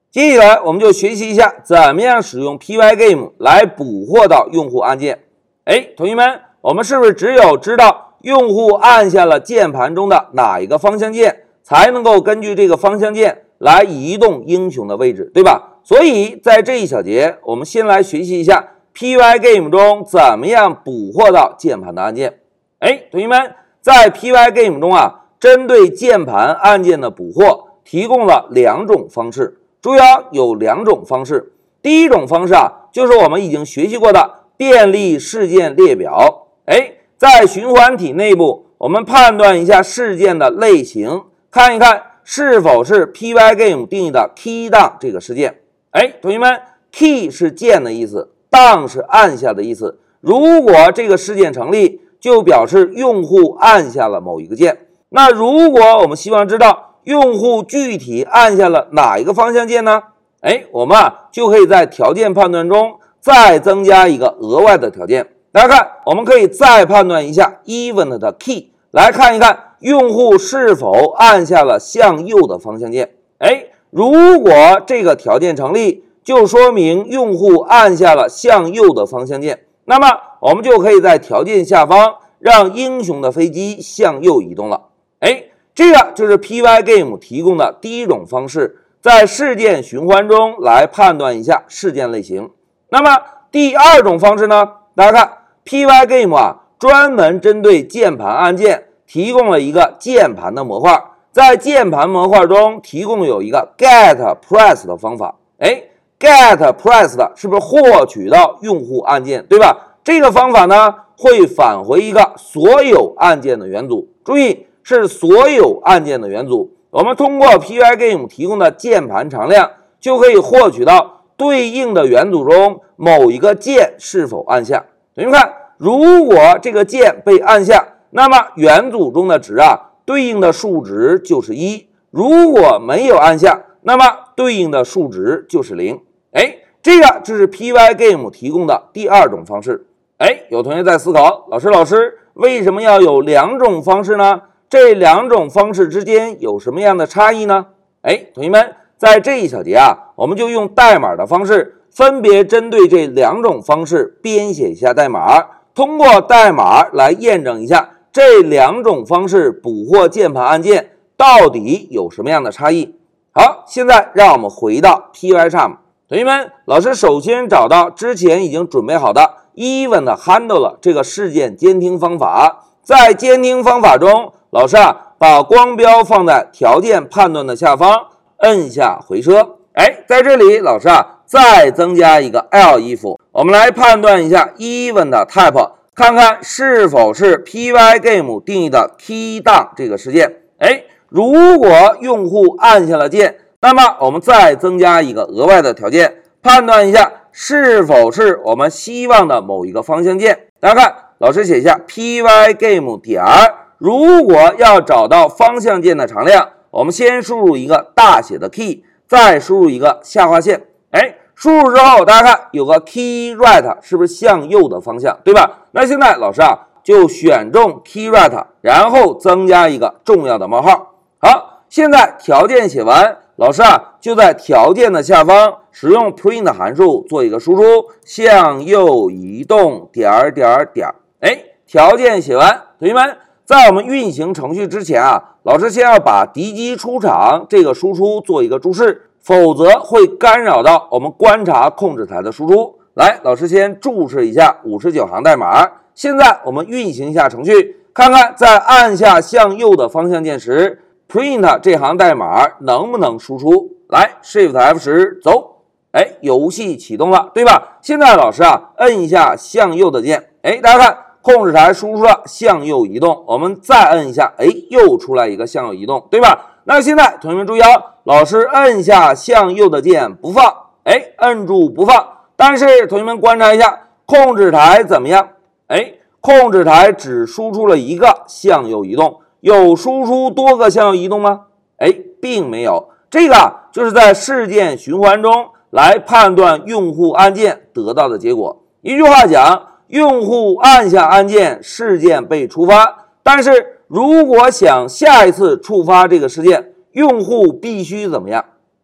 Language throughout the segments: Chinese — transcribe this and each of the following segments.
接下来我们就学习一下怎么样使用 Pygame 来捕获到用户按键。同学们，我们是不是只有知道用户按下了键盘中的哪一个方向键，才能够根据这个方向键来移动英雄的位置，对吧？所以在这一小节，我们先来学习一下 Pygame 中怎么样捕获到键盘的按键。同学们，在 Pygame 中针对键盘按键的捕获提供了两种方式。主要有两种方式，第一种方式就是我们已经学习过的便利事件列表。在循环体内部，我们判断一下事件的类型，看一看是否是 Pygame 定义的 key down 这个事件。同学们 ，key 是键的意思 ，down 是按下的意思。如果这个事件成立，就表示用户按下了某一个键。那如果我们希望知道用户具体按下了哪一个方向键呢？我们就可以在条件判断中再增加一个额外的条件。大家看，我们可以再判断一下 event 的 key， 来看一看用户是否按下了向右的方向键。如果这个条件成立，就说明用户按下了向右的方向键。那么我们就可以在条件下方让英雄的飞机向右移动了。这个就是 Pygame 提供的第一种方式，在事件循环中来判断一下事件类型。那么第二种方式呢？大家看 Pygame 专门针对键盘按键提供了一个键盘的模块，在键盘模块中提供有一个 get press 的方法。get press 的是不是获取到用户按键，对吧？这个方法呢会返回一个所有按键的元组，注意是所有按键的元组。我们通过 Pygame 提供的键盘常量，就可以获取到对应的元组中某一个键是否按下。同学们看，如果这个键被按下，那么元组中的值对应的数值就是1；如果没有按下，那么对应的数值就是0。这个就是 Pygame 提供的第二种方式。有同学在思考，老师，为什么要有两种方式呢？这两种方式之间有什么样的差异呢？同学们，在这一小节我们就用代码的方式，分别针对这两种方式编写一下代码，通过代码来验证一下这两种方式捕获键盘按键到底有什么样的差异。好，现在让我们回到 Pycharm。同学们，老师首先找到之前已经准备好的 event handle 这个事件监听方法，在监听方法中，老师把光标放在条件判断的下方，摁下回车。在这里老师再增加一个 elif， 我们来判断一下 event type， 看看是否是 Pygame 定义的 key down 这个事件。如果用户按下了键，那么我们再增加一个额外的条件，判断一下是否是我们希望的某一个方向键。大家看，老师写一下 Pygame 点，如果要找到方向键的常量，我们先输入一个大写的 key， 再输入一个下划线。输入之后，大家看有个 key right， 是不是向右的方向，对吧？那现在老师就选中 key right， 然后增加一个重要的冒号。好，现在条件写完，老师就在条件的下方使用 print 函数做一个输出，向右移动点。条件写完，同学们，在我们运行程序之前老师先要把敌机出场这个输出做一个注释，否则会干扰到我们观察控制台的输出。来，老师先注释一下59行代码。现在我们运行一下程序，看看在按下向右的方向键时，print 这行代码能不能输出。来 Shift F10 走，游戏启动了，对吧？现在老师摁一下向右的键，大家看控制台输出了向右移动，我们再摁一下，又出来一个向右移动，对吧？那现在同学们注意老师摁下向右的键不放，摁住不放，但是同学们观察一下控制台怎么样？控制台只输出了一个向右移动，有输出多个向右移动吗？并没有。这个就是在事件循环中来判断用户按键得到的结果。一句话讲，用户按下按键，事件被触发，但是如果想下一次触发这个事件，用户必须怎么样？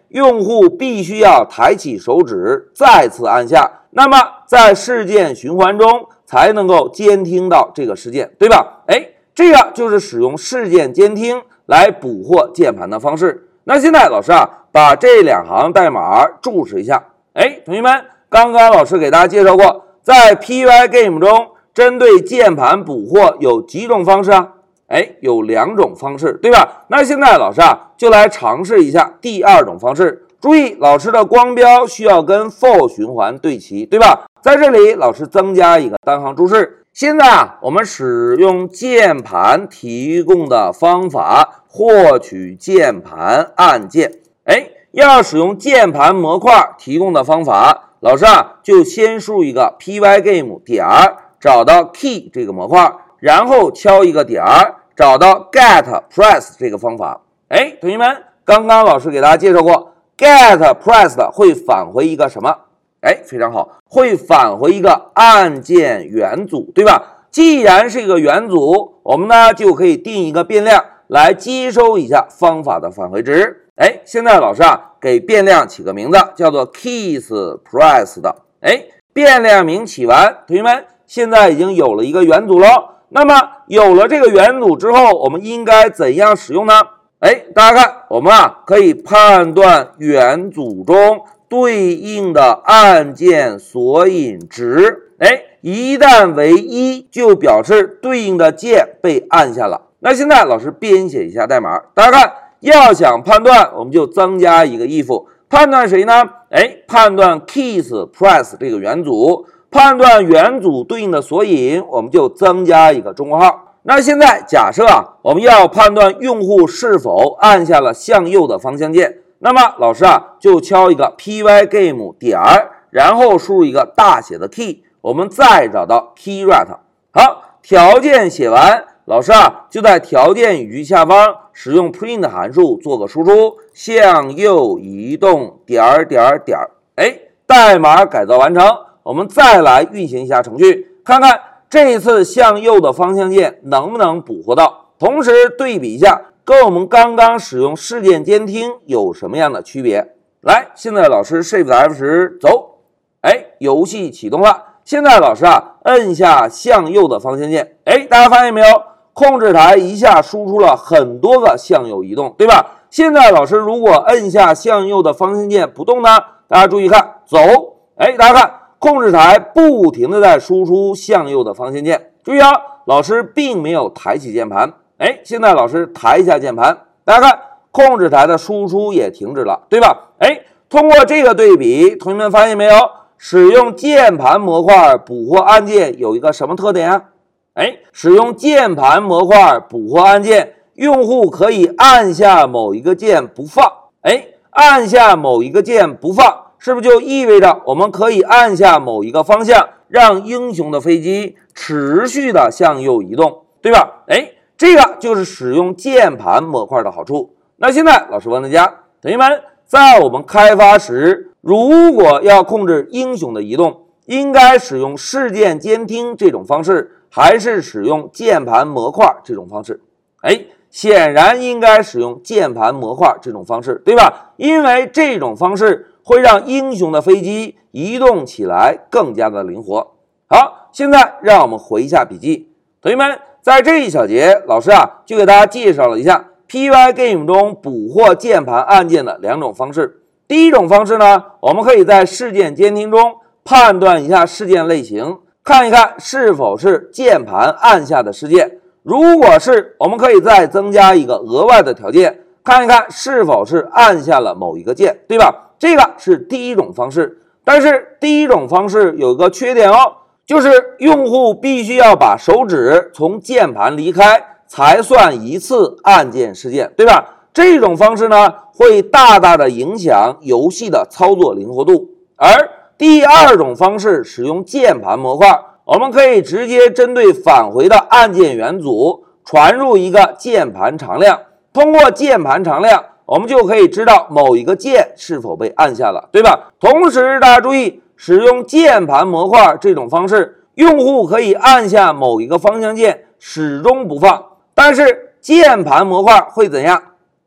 用户必须要抬起手指再次按下，那么在事件循环中才能够监听到这个事件，对吧？这个就是使用事件监听来捕获键盘的方式。那现在老师把这2行代码注释一下。同学们，刚刚老师给大家介绍过，在 Pygame 中针对键盘捕获有几种方式有2种方式，对吧？那现在老师就来尝试一下第2种方式。注意，老师的光标需要跟 for 循环对齐，对吧？在这里，老师增加一个单行注释。现在我们使用键盘提供的方法获取键盘按键。要使用键盘模块提供的方法，老师就先输入一个 Pygame 点找到 key 这个模块，然后敲一个点找到 get press 这个方法。同学们，刚刚老师给大家介绍过 get pressed 会返回一个什么？非常好，会返回一个按键元组，对吧？既然是一个元组，我们呢就可以定一个变量来接收一下方法的返回值。现在老师给变量起个名字，叫做 keys pressed。变量名起完，同学们现在已经有了一个元组喽。那么有了这个元组之后，我们应该怎样使用呢？大家看，我们可以判断元组中对应的按键索引值。一旦为1，就表示对应的键被按下了。那现在老师编写一下代码，大家看，要想判断，我们就增加一个 if， 判断谁呢？判断 keys press 这个元组，判断元组对应的索引，我们就增加一个中括号。那现在假设我们要判断用户是否按下了向右的方向键，那么老师就敲一个 Pygame 点，然后输入一个大写的 key， 我们再找到 keywrite。好，条件写完，老师就在条件语句下方使用 print 函数做个输出，向右移动点点点。代码改造完成，我们再来运行一下程序，看看这一次向右的方向键能不能捕获到，同时对比一下跟我们刚刚使用事件监听有什么样的区别。来，现在老师 Shift F10 走，游戏启动了。现在老师摁下向右的方向键，大家发现没有？控制台一下输出了很多个向右移动，对吧？现在老师如果摁下向右的方向键不动呢？大家注意看，走，大家看，控制台不停的在输出向右的方向键。注意老师并没有抬起键盘。现在老师抬一下键盘，大家看，控制台的输出也停止了，对吧？通过这个对比，同学们发现没有？使用键盘模块捕获按键有一个什么特点使用键盘模块捕获按键，用户可以按下某一个键不放。按下某一个键不放，是不是就意味着我们可以按下某一个方向，让英雄的飞机持续的向右移动，对吧？这个就是使用键盘模块的好处。那现在老师问大家，同学们，在我们开发时，如果要控制英雄的移动，应该使用事件监听这种方式，还是使用键盘模块这种方式？显然应该使用键盘模块这种方式，对吧？因为这种方式会让英雄的飞机移动起来更加的灵活。好，现在让我们回一下笔记。同学们，在这一小节，老师就给大家介绍了一下 Pygame 中捕获键盘按键的2种方式。第一种方式呢，我们可以在事件监听中判断一下事件类型，看一看是否是键盘按下的事件。如果是，我们可以再增加一个额外的条件，看一看是否是按下了某一个键，对吧？这个是第一种方式。但是第一种方式有一个缺点就是用户必须要把手指从键盘离开，才算一次按键事件，对吧？这种方式呢，会大大的影响游戏的操作灵活度。而第2种方式使用键盘模块，我们可以直接针对返回的按键元组传入一个键盘常量，通过键盘常量，我们就可以知道某一个键是否被按下了，对吧？同时大家注意，使用键盘模块这种方式，用户可以按下某一个方向键始终不放，但是键盘模块会怎样？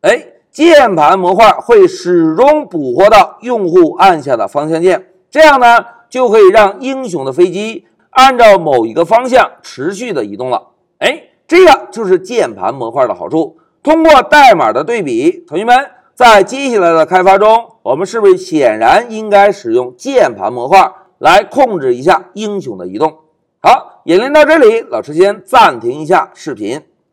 键盘模块会始终捕获到用户按下的方向键，这样呢就可以让英雄的飞机按照某一个方向持续的移动了。这个就是键盘模块的好处。通过代码的对比，同学们在接下来的开发中，我们是不是显然应该使用键盘模块来控制一下英雄的移动？好，演练到这里，老师先暂停一下视频。